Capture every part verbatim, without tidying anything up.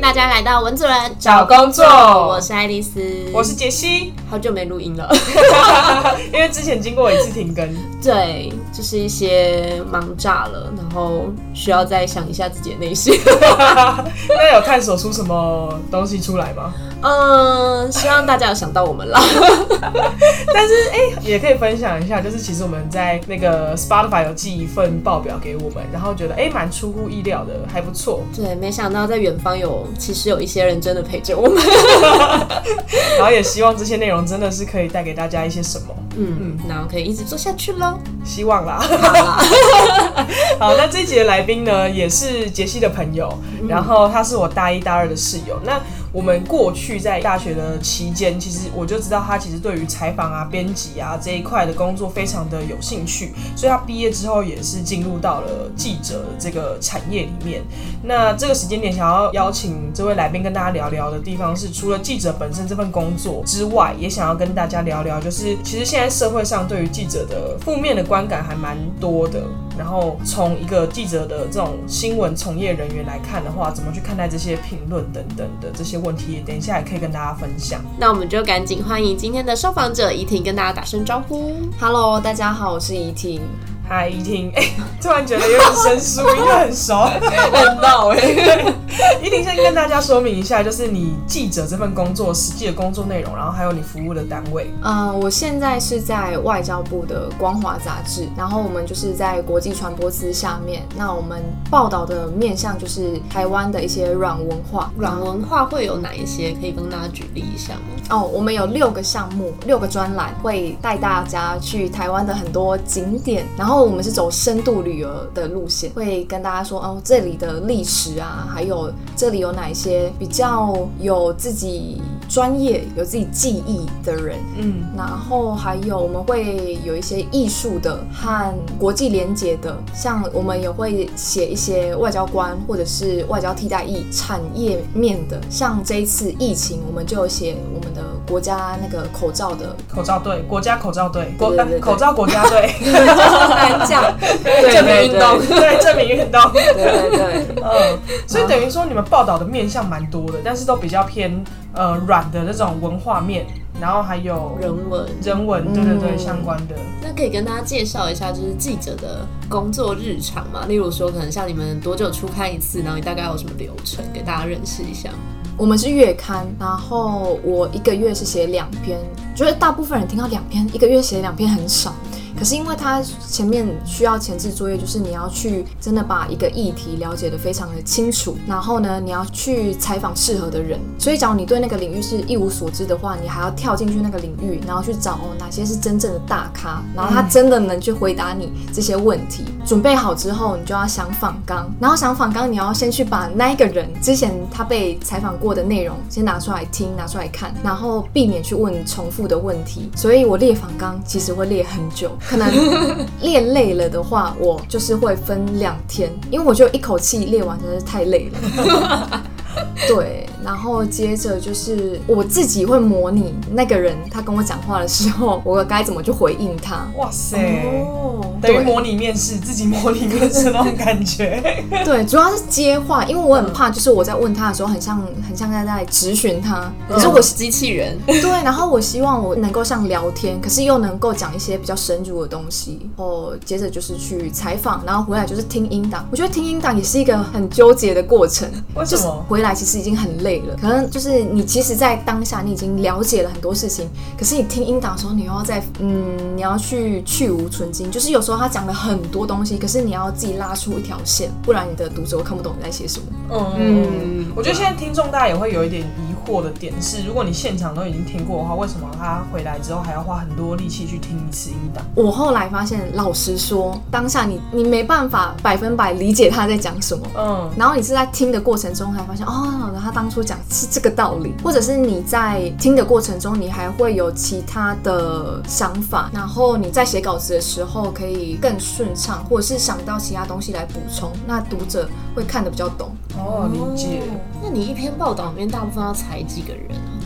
大家来到文主人找工作， 我是爱丽丝， 我是杰西， 好久没录音了， 因为之前经过一次停更， 对，就是一些忙炸了，然后需要再想一下自己的内心。 那有探索出什么东西出来吗？ 嗯，希望大家有想到我们啦。 但是哎、欸，也可以分享一下，就是其实我们在那个 Spotify 有寄一份报表给我们，然后觉得哎蛮出乎意料的，还不错。 对，没想到在远方有其实有一些人真的陪着我们。 然后也希望这些内容真的是可以带给大家一些什么。 嗯嗯，然后可以一直做下去咯。 希望啦。 好啦。 好，那这一集的来宾呢，也是杰西的朋友，然后他是我大一大二的室友。那我们过去在大学的期间，其实我就知道他其实对于采访啊、编辑啊这一块的工作非常的有兴趣，所以他毕业之后也是进入到了记者的这个产业里面。那这个时间点想要邀请这位来宾跟大家聊聊的地方是，除了记者本身这份工作之外，也想要跟大家聊聊，就是其实现在社会上对于记者的负面的观感还蛮多的。然后从一个记者的这种新闻从业人员来看的话，怎么去看待这些评论等等的这些问题，等一下也可以跟大家分享。 那我们就赶紧欢迎今天的受访者怡婷跟大家打声招呼。 Hello， 大家好，我是怡婷。 嗨，怡婷，哎、欸，突然觉得有点生疏，因为很熟， 很闹哎。 怡婷先跟大家说明一下，就是你记者这份工作实际的工作内容，然后还有你服务的单位。 呃，我现在是在外交部的光华杂志，然后我们就是在国际传播司下面。那我们报道的面向就是台湾的一些软文化。 软文化会有哪一些？可以跟大家举例一下吗？ 哦，我们有六个项目，六个专栏，会带大家去台湾的很多景点，然后。我们是走深度旅游的路线，会跟大家说哦，这里的历史啊，还有这里有哪一些比较有自己专业、有自己技艺的人，嗯，然后还有我们会有一些艺术的和国际连结的，像我们也会写一些外交官或者是外交替代役产业面的，像这一次疫情，我们就有写我们的国家那个口罩的口罩队，国家口罩队，国对对对口罩国家队。 讲证明运动， 对证明运动， 对对对， 嗯，所以等于说你们报道的面向蛮多的，但是都比较偏呃软的那种文化面，然后还有人文， 人文，对对对， 嗯、 相关的。 那可以跟大家介绍一下，就是记者的工作日常嘛？例如说，可能像你们多久出刊一次，然后你大概有什么流程，给大家认识一下。 我们是月刊，然后我一个月是写两篇，觉得大部分人听到两篇，一个月写两篇很少。可是因为它前面需要前置作业，就是你要去真的把一个议题了解得非常的清楚，然后呢，你要去采访适合的人。所以假如你对那个领域是一无所知的话，你还要跳进去那个领域，然后去找、哦、哪些是真正的大咖，然后他真的能去回答你这些问题。嗯、准备好之后，你就要想访纲，然后想访纲，你要先去把那一个人之前他被采访过的内容先拿出来听，拿出来看，然后避免去问重复的问题。所以我列访纲其实会列很久。可能列累了的话，我就是会分两天，因为我觉得一口气列完真是太累了。对，然后接着就是我自己会模拟那个人他跟我讲话的时候，我该怎么去回应他。 哇塞，哦、等于模拟面试，自己模拟面试那种感觉。 对，主要是接话，因为我很怕，就是我在问他的时候，很像很像在在质询他，可是我是机器人。 对，然后我希望我能够像聊天，可是又能够讲一些比较深入的东西。然后接着就是去采访，然后回来就是听音档。我觉得听音档也是一个很纠结的过程。 为什么？ 就是回来其实已经很累了，可能就是你其实在当下你已经了解了很多事情，可是你听音档的时候，你又要再嗯，你要去去无存菁，就是有时候他讲了很多东西，可是你要自己拉出一条线，不然你的读者会看不懂你在写什么。 嗯嗯，我觉得现在听众大家也会有一点疑惑的点是，如果你现场都已经听过的话，为什么他回来之后还要花很多力气去听一次音档？ 我后来发现，老实说，当下你你没办法百分百理解他在讲什么，嗯，然后你是在听的过程中才发现，哦，他当初讲是这个道理，或者是你在听的过程中，你还会有其他的想法，然后你在写稿子的时候可以更顺畅，或者是想到其他东西来补充，那读者会看得比较懂。 哦，理解。 那你一篇报道里面大部分要采几个人啊？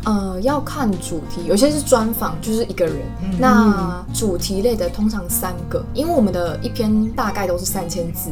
呃，要看主题，有些是专访，就是一个人。嗯、那主题类的通常三个，因为我们的一篇大概都是三千字。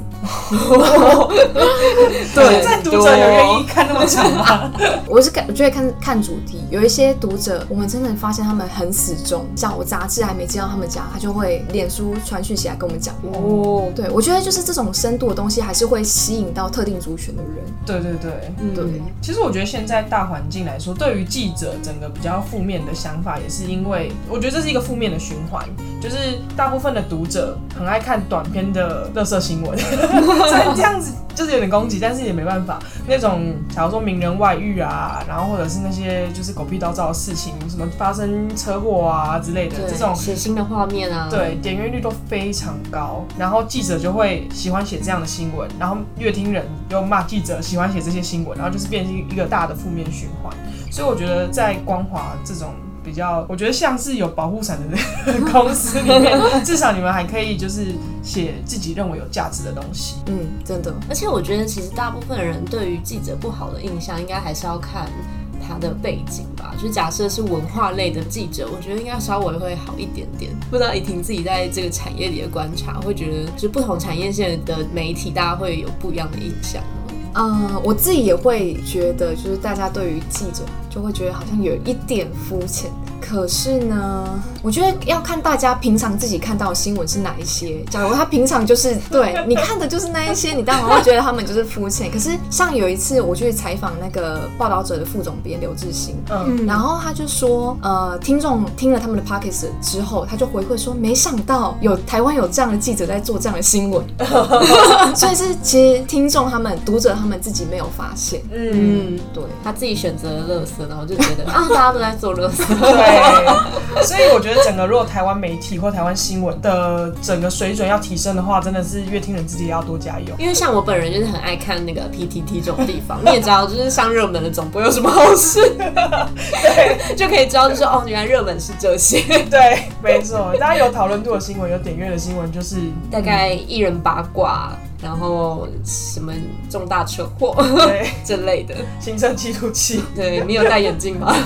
对，在读者有愿意看那么长吗？ 我是我觉得看看主题，有一些读者，我们真的发现他们很死忠，像我杂志还没接到他们家，他就会脸书传讯息来跟我们讲。哦，对，我觉得就是这种深度的东西，还是会吸引到特定族群的人。 对对对， 嗯、对。 其实我觉得现在大环境来说，对于记者整个比较负面的想法，也是因为我觉得这是一个负面的循环，就是大部分的读者很爱看短篇的垃圾新闻，虽然这样子就是有点攻击，但是也没办法。那种假如说名人外遇啊，然后或者是那些就是狗屁倒灶的事情，什么发生车祸啊之类的，这种血腥的画面啊， 对，点阅率都非常高，然后记者就会喜欢写这样的新闻，然后阅听人又骂记者喜欢写这些新闻，然后就是变成一个大的负面循环。所以我觉得在光华这种比较，我觉得像是有保护伞的公司里面，至少你们还可以就是写自己认为有价值的东西。 嗯，真的。 而且我觉得其实大部分人对于记者不好的印象，应该还是要看他的背景吧。就是假设是文化类的记者，我觉得应该稍微会好一点点。不知道怡婷自己在这个产业里的观察，会觉得就是不同产业线的媒体，大家会有不一样的印象吗？ 呃，我自己也会觉得，就是大家对于记者就会觉得好像有一点肤浅。可是呢，我觉得要看大家平常自己看到的新闻是哪一些。假如他平常就是对你看的就是那一些，你当然会觉得他们就是肤浅。可是像有一次我去采访那个报道者的副总编刘志兴，嗯，然后他就说，呃，听众听了他们的 podcast 之后，他就回馈说，没想到有台湾有这样的记者在做这样的新闻，所以是其实听众他们读者他们自己没有发现， 嗯，对，他自己选择了垃圾，然后就觉得啊，大家都在做垃圾， 对。所以我觉得整个如果台湾媒体或台湾新闻的整个水准要提升的话，真的是阅听人自己也要多加油。 因为像我本人就是很爱看那个 P T T 这种地方，你也知道，就是上热门的总不会有什么好事，对，就可以知道就是哦，原来热门是这些。对， 没错，大家有讨论度的新闻、有点阅的新闻，就是大概艺人八卦。然后什么重大车祸对这类的， 行车记录器， 对，你有戴眼镜吗？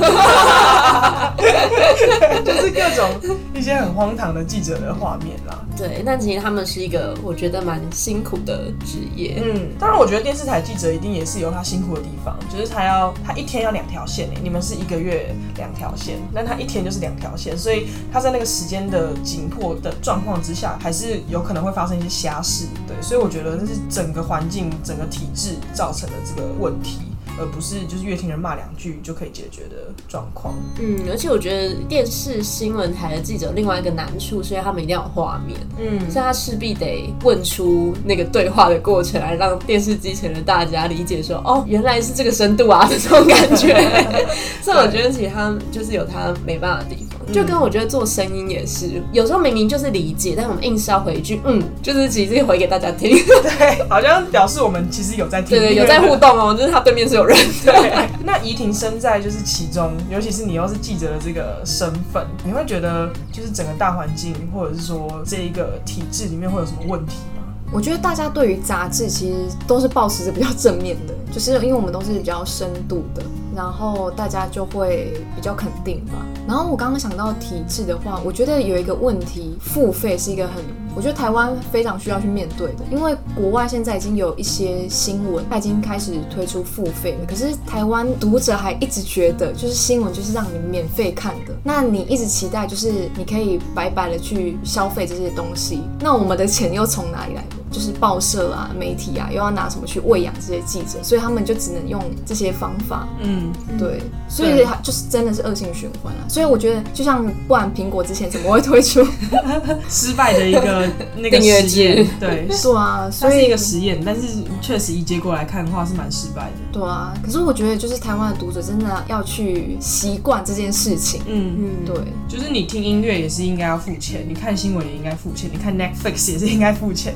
就是各种一些很荒唐的记者的画面啦。 对，但其实他们是一个我觉得蛮辛苦的职业。 嗯，当然我觉得电视台记者一定也是有他辛苦的地方，就是他要他一天要两条线，你们是一个月两条线，但他一天就是两条线，所以他在那个时间的紧迫的状况之下，还是有可能会发生一些瞎事。对，所以我觉得这是整个环境、整个体制造成的这个问题，而不是就是阅听人骂两句就可以解决的状况。 嗯，而且我觉得电视新闻台的记者另外一个难处是，他们一定要有画面，嗯，所以他势必得问出那个对话的过程，来让电视机前的大家理解说，哦，原来是这个深度啊的这种感觉。所以我觉得其实他就是有他没办法的地方。就跟我觉得做声音也是，有时候明明就是理解，但我们硬是要回一句，嗯，就是其实回给大家听， 对，好像表示我们其实有在听， 对对，有在互动哦，就是他对面是有人， 对。那怡婷身在就是其中，尤其是你又是记者的这个身份，你会觉得就是整个大环境，或者是说这一个体制里面会有什么问题吗？ 我觉得大家对于杂志其实都是抱持着比较正面的，就是因为我们都是比较深度的，然后大家就会比较肯定吧。然后我刚刚想到体制的话，我觉得有一个问题，付费是一个很，我觉得台湾非常需要去面对的，因为国外现在已经有一些新闻，它已经开始推出付费了，可是台湾读者还一直觉得就是新闻就是让你免费看的，那你一直期待就是你可以白白的去消费这些东西，那我们的钱又从哪里来的？就是报社啊、媒体啊，又要拿什么去喂养这些记者，所以他们就只能用这些方法。嗯，对，所以就是真的是恶性循环啊。所以我觉得，就像不然苹果之前怎么会推出失败的一个那个实验？对， 对啊，所以它是一个实验，但是确实以结果来看的话是蛮失败的。 对啊，可是我觉得就是台湾的读者真的要去习惯这件事情。嗯嗯，对，就是你听音乐也是应该要付钱，你看新闻也应该付钱，你看 Netflix 也是应该付钱，所以。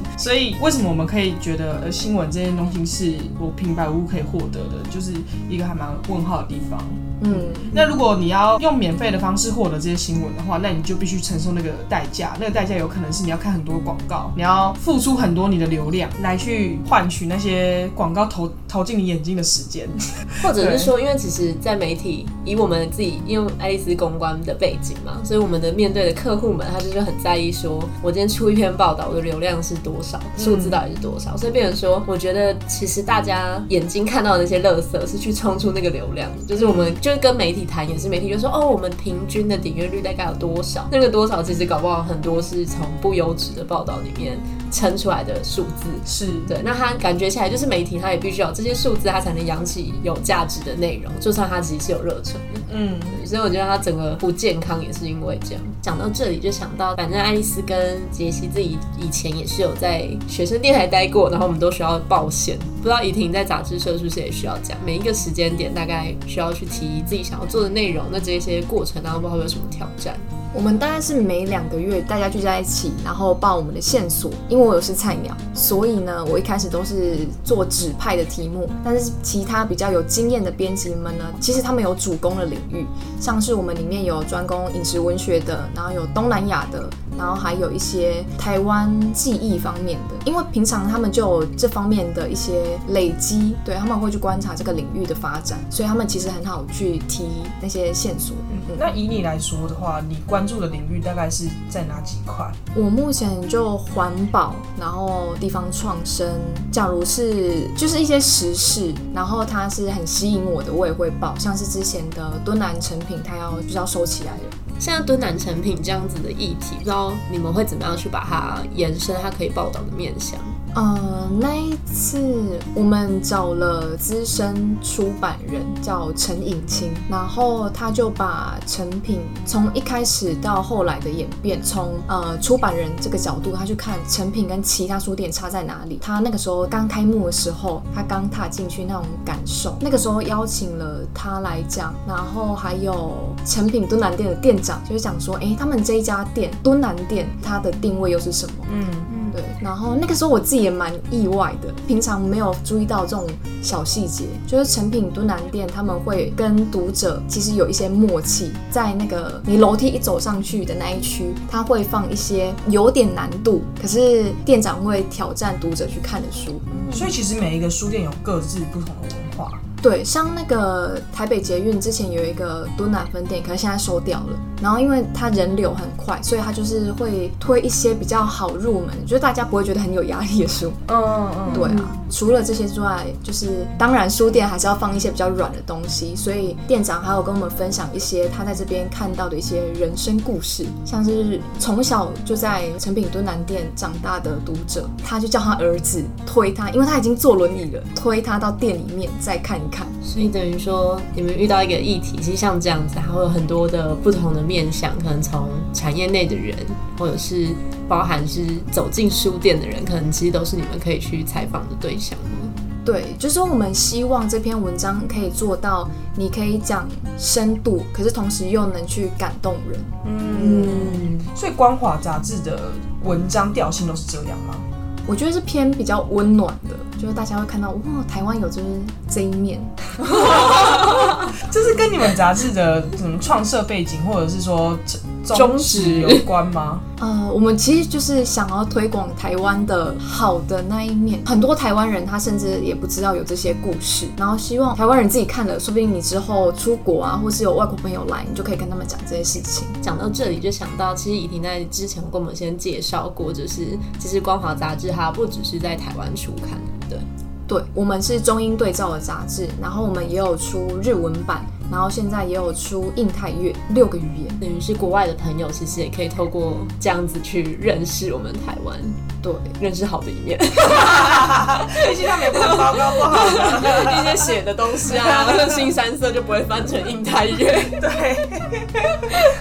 以为什么我们可以觉得呃新闻这件东西是我平白无故可以获得的，就是一个还蛮问号的地方。嗯，那如果你要用免费的方式获得这些新闻的话，那你就必须承受那个代价。那个代价有可能是你要看很多广告，你要付出很多你的流量来去换取那些广告投投进你眼睛的时间， 或者是说，因为其实，在媒体以我们自己，因为爱丽丝公关的背景嘛，所以我们的面对的客户们，他就是很在意说，我今天出一篇报道，我的流量是多少，数字到底是多少，嗯、所以变成说，我觉得其实大家眼睛看到的那些垃圾是去冲出那个流量，就是我们就是跟媒体谈也是，媒体就说哦，我们平均的点阅率大概有多少，那个多少其实搞不好很多是从不优质的报道里面撑出来的数字， 是对，那他感觉起来就是媒体，他也必须要有这些数字，他才能养起有价值的内容，就算他其实是有热忱的，嗯，所以我觉得他整个不健康也是因为这样。讲到这里就想到，反正爱丽丝跟杰西自己以前也是有在学生电台待过，然后我们都需要报线，不知道怡婷在杂志社是不是也需要讲每一个时间点大概需要去提自己想要做的内容，那这些过程当中不知道会有什么挑战。 我们大概是每两个月大家聚在一起，然后报我们的线索。因为我有是菜鸟，所以呢，我一开始都是做指派的题目。但是其他比较有经验的编辑们呢，其实他们有主攻的领域，像是我们里面有专攻饮食文学的，然后有东南亚的，然后还有一些台湾记忆方面的。因为平常他们就有这方面的一些累积，对，他们会去观察这个领域的发展，所以他们其实很好去提那些线索。 嗯、那以你来说的话，你关注的领域大概是在哪几块？ 我目前就环保，然后地方创生，假如是就是一些时事，然后它是很吸引我的，我也会报，像是之前的敦南成品，它要就是要收起来了。 现在敦南成品这样子的议题，不知道你们会怎么样去把它延伸，它可以报道的面向？ 呃，那一次我们找了资深出版人叫陈颖清，然后他就把成品从一开始到后来的演变，从呃出版人这个角度，他去看成品跟其他书店差在哪里。他那个时候刚开幕的时候，他刚踏进去那种感受，那个时候邀请了他来讲，然后还有成品敦南店的店长，就是讲说，哎，他们这一家店敦南店它的定位又是什么？嗯。对，然后那个时候我自己也蛮意外的，平常没有注意到这种小细节，就是成品敦南店他们会跟读者其实有一些默契，在那个你楼梯一走上去的那一区，他会放一些有点难度，可是店长会挑战读者去看的书， 所以其实每一个书店有各自不同的文化。 对，像那个台北捷运之前有一个敦南分店，可是现在收掉了。然后因为它人流很快，所以它就是会推一些比较好入门，就是大家不会觉得很有压力的书。嗯嗯，对啊。除了这些之外，就是当然书店还是要放一些比较软的东西，所以店长还有跟我们分享一些他在这边看到的一些人生故事，像是从小就在成品敦南店长大的读者，他就叫他儿子推他，因为他已经坐轮椅了，推他到店里面再看一看。 所以等于说，你们遇到一个议题，其实像这样子，还会有很多的不同的面向，可能从产业内的人，或者是包含是走进书店的人，可能其实都是你们可以去采访的对象。 对，就是说我们希望这篇文章可以做到，你可以讲深度，可是同时又能去感动人。 嗯，所以光华杂志的文章调性都是这样吗？ 我觉得是偏比较温暖的，就是大家会看到哇，台湾有就是这一面。 这是跟你们杂志的什么创设背景，或者是说宗旨有关吗？ 呃，我们其实就是想要推广台湾的好的那一面。很多台湾人他甚至也不知道有这些故事，然后希望台湾人自己看了，说不定你之后出国啊，或是有外国朋友来，你就可以跟他们讲这些事情。 讲到这里就想到，其实怡婷在之前跟我们先介绍过，就是其实光华杂志它不只是在台湾出刊，对。 对，我们是中英对照的杂志，然后我们也有出日文版，然后现在也有出印泰越六个语言， 等于是国外的朋友其实也可以透过这样子去认识我们台湾， 对， 认识好的一面。 毕竟他们也不能报告不好的一些写的东西啊，新三色就不会翻成印泰越。 对。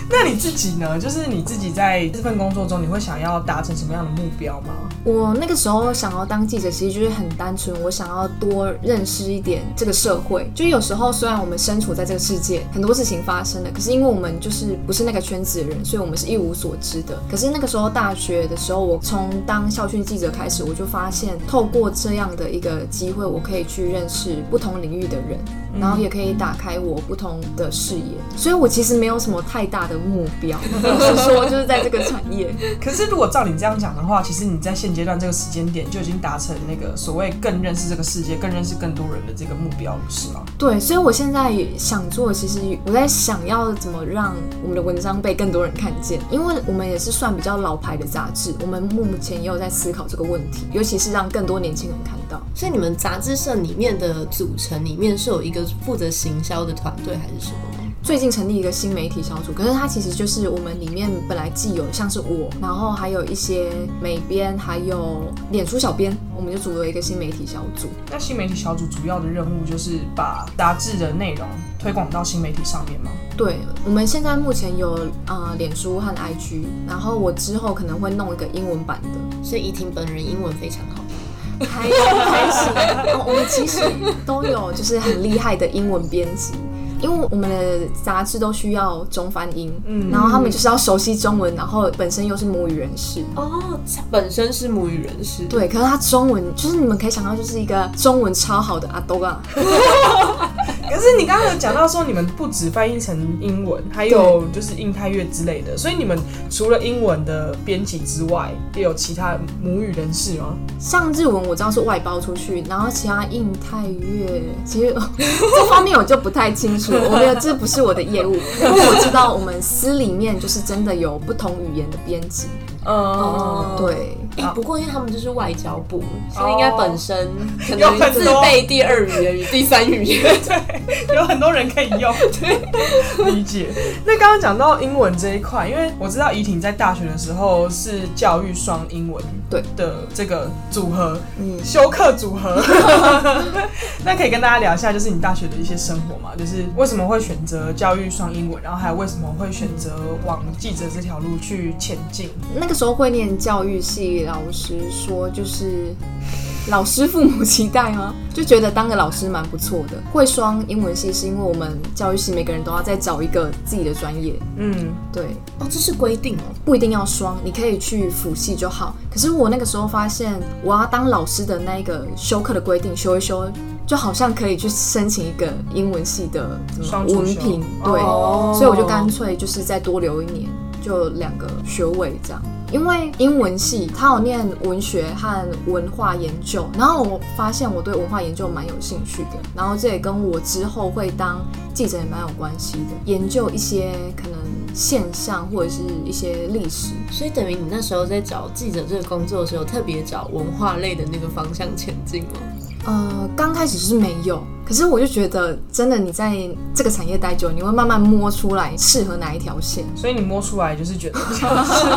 那你自己呢？就是你自己在这份工作中，你会想要达成什么样的目标吗？ 我那个时候想要当记者，其实就是很单纯，我想要多认识一点这个社会。就有时候虽然我们身处在这个世界，很多事情发生了，可是因为我们就是不是那个圈子的人，所以我们是一无所知的。可是那个时候大学的时候，我从当校讯记者开始，我就发现透过这样的一个机会，我可以去认识不同领域的人，然后也可以打开我不同的视野。所以我其实没有什么太大的目标，是说就是在这个产业。 可是如果照你这样讲的话，其实你在现阶段这个时间点就已经达成那个所谓更认识这个世界、更认识更多人的这个目标了，是吗？ 对，所以我现在想做的，其实我在想要怎么让我们的文章被更多人看见，因为我们也是算比较老牌的杂志，我们目前也有在思考这个问题，尤其是让更多年轻人看到。 所以你们杂志社里面的组成里面是有一个负责行销的团队还是什么吗？ 最近成立一个新媒体小组，可是它其实就是我们里面本来既有像是我，然后还有一些美编，还有脸书小编，我们就组了一个新媒体小组。 那新媒体小组主要的任务就是把杂志的内容推广到新媒体上面吗？ 对，我们现在目前有呃脸书和 I G， 然后我之后可能会弄一个英文版的。 所以怡婷本人英文非常好。 还还行、哦，我们其实都有就是很厉害的英文编辑。因为我们的杂志都需要中翻英，嗯，然后他们就是要熟悉中文，然后本身又是母语人士。 哦，本身是母语人士。 对，可是他中文就是你们可以想到，就是一个中文超好的阿多嘎。 可是你刚刚有讲到说，你们不只翻译成英文，还有就是印泰乐之类的，所以你们除了英文的编辑之外，也有其他母语人士吗？ 像日文我知道是外包出去，然后其他印泰乐，其实这方面我就不太清楚。我觉得这不是我的业务，因为我知道我们司里面就是真的有不同语言的编辑。哦、嗯，对。 欸、不过因为他们就是外交部，所以应该本身可能自备第二语言与第三语言， 对，有很多人可以用，对，理解。那刚刚讲到英文这一块，因为我知道怡婷在大学的时候是教育双英文对的这个组合，嗯，修课组合。那可以跟大家聊一下，就是你大学的一些生活嘛，就是为什么会选择教育双英文，然后还有为什么会选择往记者这条路去前进？ 那个时候会念教育系。老师说就是老师父母期待吗？就觉得当个老师蛮不错的。会双英文系是因为我们教育系每个人都要再找一个自己的专业。嗯，对。 哦，这是规定哦， 不一定要双，你可以去辅系就好。可是我那个时候发现，我要当老师的那个修课的规定修一修，就好像可以去申请一个英文系的文凭。对、哦，所以我就干脆就是再多留一年，就两个学位这样。因为英文系他有念文学和文化研究，然后我发现我对文化研究蛮有兴趣的，然后这也跟我之后会当记者也蛮有关系的，研究一些可能现象或者是一些历史。 所以等于你那时候在找记者这个工作的时候，特别找文化类的那个方向前进吗？ 呃，刚开始是没有，可是我就觉得真的你在这个产业待久，你会慢慢摸出来适合哪一条线。 所以你摸出来就是觉得是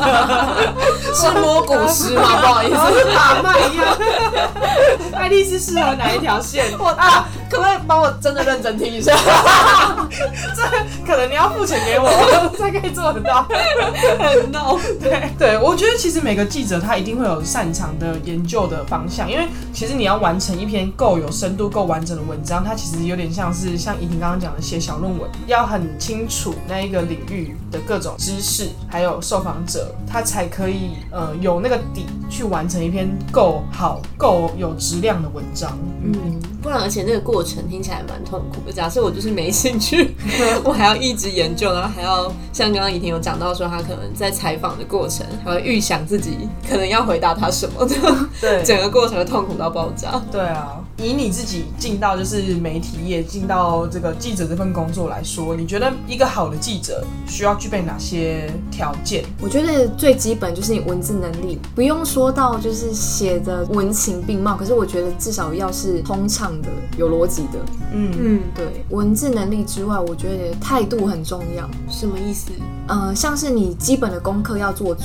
摸骨师吗？不好意思， 跟打麦一样。爱丽丝适合哪一条线？ 我啊，可不可以帮我真的认真听一下？ 这可能你要付钱给我，我才可以做得到。 很闹。 对对，我觉得其实每个记者他一定会有擅长的研究的方向，因为其实你要完成一篇够有深度、够完整的文章，它其实有点像是像怡婷刚刚讲的写小论文，要很清楚那一个领域的各种知识，还有受访者，他才可以呃有那个底去完成一篇够好、够有质量的文章。 嗯，不然而且那个过程听起来蛮痛苦的。假设我就是没兴趣，我还要一直研究，然后还要像刚刚怡婷有讲到说，他可能在采访的过程还会预想自己可能要回答他什么的，对，整个过程会痛苦到爆炸。 对啊。以你自己进到就是媒体业，进到这个记者这份工作来说，你觉得一个好的记者需要具备哪些条件？ 我觉得最基本就是你文字能力，不用说到就是写的文情并茂，可是我觉得至少要是通畅的、有逻辑的。嗯嗯，对，文字能力之外，我觉得态度很重要。 什么意思？ 呃，像是你基本的功课要做足，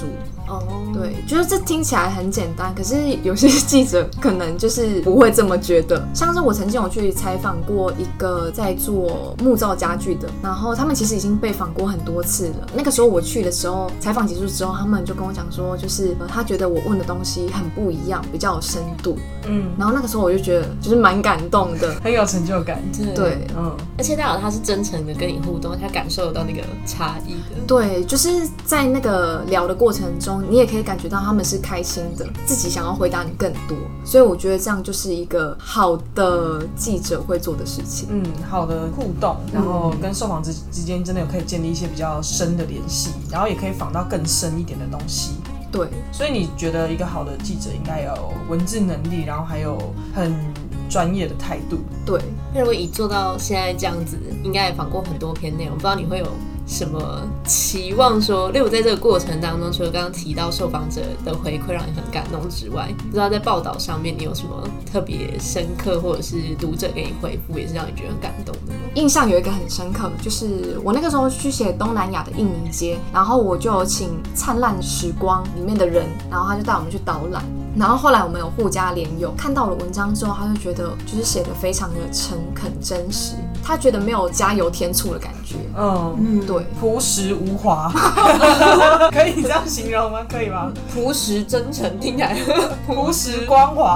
哦，对，就是这听起来很简单，可是有些记者可能就是不会这么觉得。像是我曾经有去采访过一个在做木造家具的，然后他们其实已经被访过很多次了。那个时候我去的时候，采访结束之后，他们就跟我讲说，就是呃他觉得我问的东西很不一样，比较有深度。嗯，然后那个时候我就觉得就是蛮感动的， 很有成就感。 对，对嗯，而且代表他是真诚的跟你互动，他感受得到那个差异的。 对，就是在那个聊的过程中，你也可以感觉到他们是开心的，自己想要回答你更多，所以我觉得这样就是一个好的记者会做的事情。 嗯，好的互动，然后跟受访之之间真的有可以建立一些比较深的联系，然后也可以访到更深一点的东西。 对， 所以你觉得一个好的记者应该有文字能力，然后还有很专业的态度。 对， 那如果以做到现在这样子，应该也访过很多篇内容，不知道你会有什么期望说，例如在这个过程当中，除了刚刚提到受访者的回馈让你很感动之外，不知道在报道上面你有什么特别深刻，或者是读者给你回复也是让你觉得很感动的吗？ 印象有一个很深刻，就是我那个时候去写东南亚的印尼街，然后我就有请灿烂时光里面的人，然后他就带我们去导览。然后后来我们有互加连友，看到了文章之后，他就觉得就是写得非常的诚恳真实，他觉得没有加油添醋的感觉。 嗯嗯，对， 朴实无华，可以这样形容吗？可以吗？ 朴实真诚听起来朴实光滑，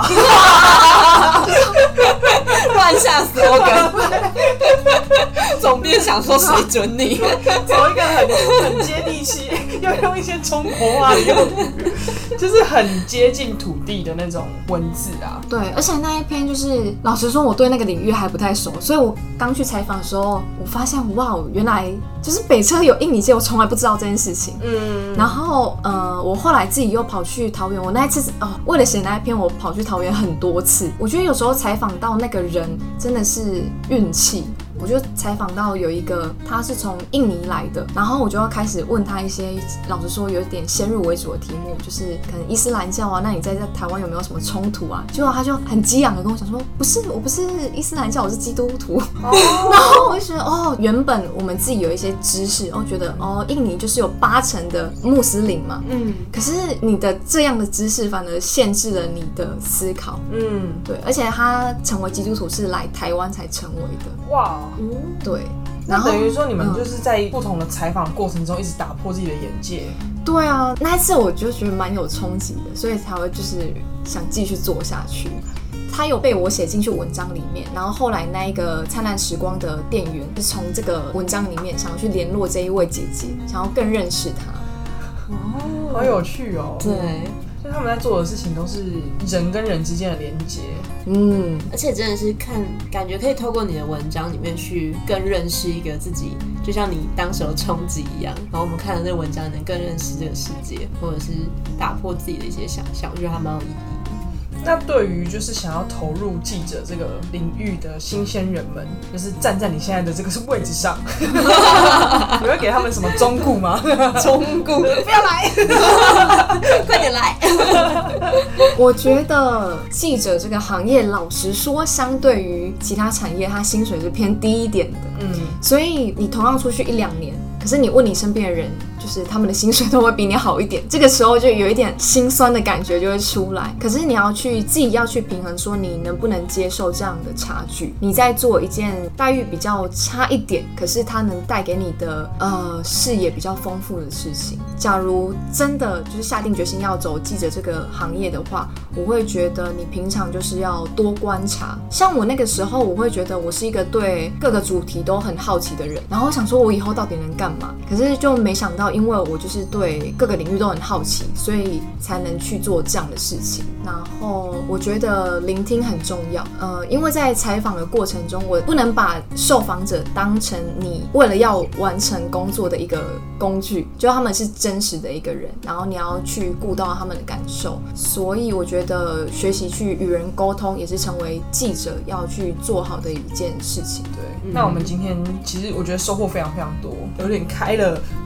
乱下 slogan， 总编想说谁准你？ 走一个很很接地气，又用一些中国话的用语，就是很接近土地的那种文字啊。 对，而且那一篇就是老实说，我对那个领域还不太熟，所以我刚去采访的时候，我发现哇，原来就是北车有印尼街，我从来不知道这件事情。嗯，然后呃，我后来自己又跑去桃园，我那一次哦，为了写那一篇，我跑去桃园很多次。我觉得有时候采访到那个人真的是运气。我就采访到有一个，他是从印尼来的，然后我就要开始问他一些，老实说有点先入为主的题目，就是可能伊斯兰教啊，那你在台湾有没有什么冲突啊？结果他就很激昂的跟我讲说，不是，我不是伊斯兰教，我是基督徒。哦、然后我就觉得，哦，原本我们自己有一些知识，我觉得哦，印尼就是有八成的穆斯林嘛，嗯，可是你的这样的知识反而限制了你的思考，嗯，对，而且他成为基督徒是来台湾才成为的， 哇。 嗯，对， 那等于说你们就是在不同的采访过程中一直打破自己的眼界。 对啊，那一次我就觉得蛮有冲击的，所以才会就是想继续做下去。他有被我写进去文章里面，然后后来那一个灿烂时光的店员是从这个文章里面想要去联络这一位姐姐，想要更认识她。 哦，好有趣哦。 对。 就他们在做的事情都是人跟人之间的连结， 嗯，而且真的是看感觉可以透过你的文章里面去更认识一个自己，就像你当时的冲击一样，然后我们看了这个文章能更认识这个世界，或者是打破自己的一些想象，我觉得还蛮有意义的。 那对于就是想要投入记者这个领域的新鲜人们，就是站在你现在的这个位置上，你会给他们什么忠告吗？ 忠告，不要来，快点来。 我觉得记者这个行业，老实说，相对于其他产业，它薪水是偏低一点的。嗯，所以你同样出去一两年，可是你问你身边的人，就是他们的薪水都会比你好一点，这个时候就有一点心酸的感觉就会出来。可是你要去自己要去平衡，说你能不能接受这样的差距？你在做一件待遇比较差一点，可是它能带给你的呃视野比较丰富的事情。假如真的就是下定决心要走记者这个行业的话，我会觉得你平常就是要多观察。像我那个时候，我会觉得我是一个对各个主题都很好奇的人，然后想说我以后到底能干嘛？可是就没想到，因为我就是对各个领域都很好奇，所以才能去做这样的事情。然后我觉得聆听很重要，呃，因为在采访的过程中，我不能把受访者当成你为了要完成工作的一个工具，就他们是真实的一个人，然后你要去顾到他们的感受。所以我觉得学习去与人沟通，也是成为记者要去做好的一件事情。 对，嗯、那我们今天其实我觉得收获非常非常多，有点开了对于记者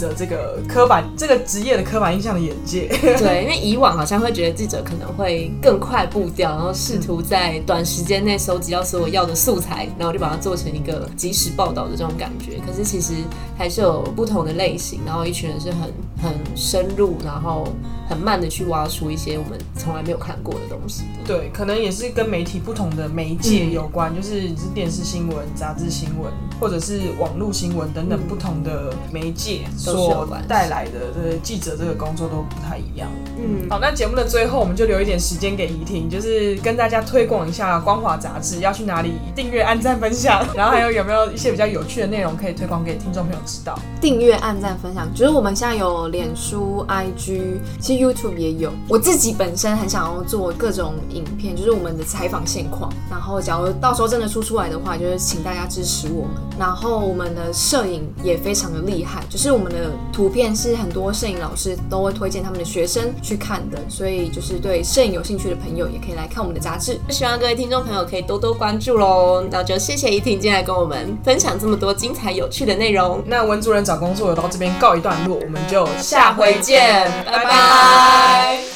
者这个刻板这个职业的刻板印象的眼界。 对，因为以往好像会觉得记者可能会更快步调，然后试图在短时间内收集到所有要的素材，然后就把它做成一个即时报道的这种感觉。可是其实还是有不同的类型，然后一群人是很很深入，然后很慢的去挖出一些我们从来没有看过的东西。 对，可能也是跟媒体不同的媒介有关，嗯、就是是电视新闻、杂志新闻，或者是网络新闻等等不同的媒介所带来的这个记者这个工作都不太一样。嗯，好，那节目的最后我们就留一点时间给怡婷，就是跟大家推广一下光华杂志，要去哪里订阅、按赞、分享，然后还有有没有一些比较有趣的内容可以推广给听众朋友知道？ 订阅、按赞、分享，就是我们现在有脸书、I G， 其实 YouTube 也有。我自己本身很想要做各种影片，就是我们的采访现况，然后假如到时候真的出出来的话，就是请大家支持我们。然后我们的摄影也非常的厉害，就是我们的图片是很多摄影老师都会推荐他们的学生去看的，所以就是对摄影有兴趣的朋友也可以来看我们的杂志。 希望各位听众朋友可以多多关注咯。那就谢谢怡婷今天来跟我们分享这么多精彩有趣的内容。 那文组人找工作有到这边告一段落，我们就下回见，拜拜。 拜拜。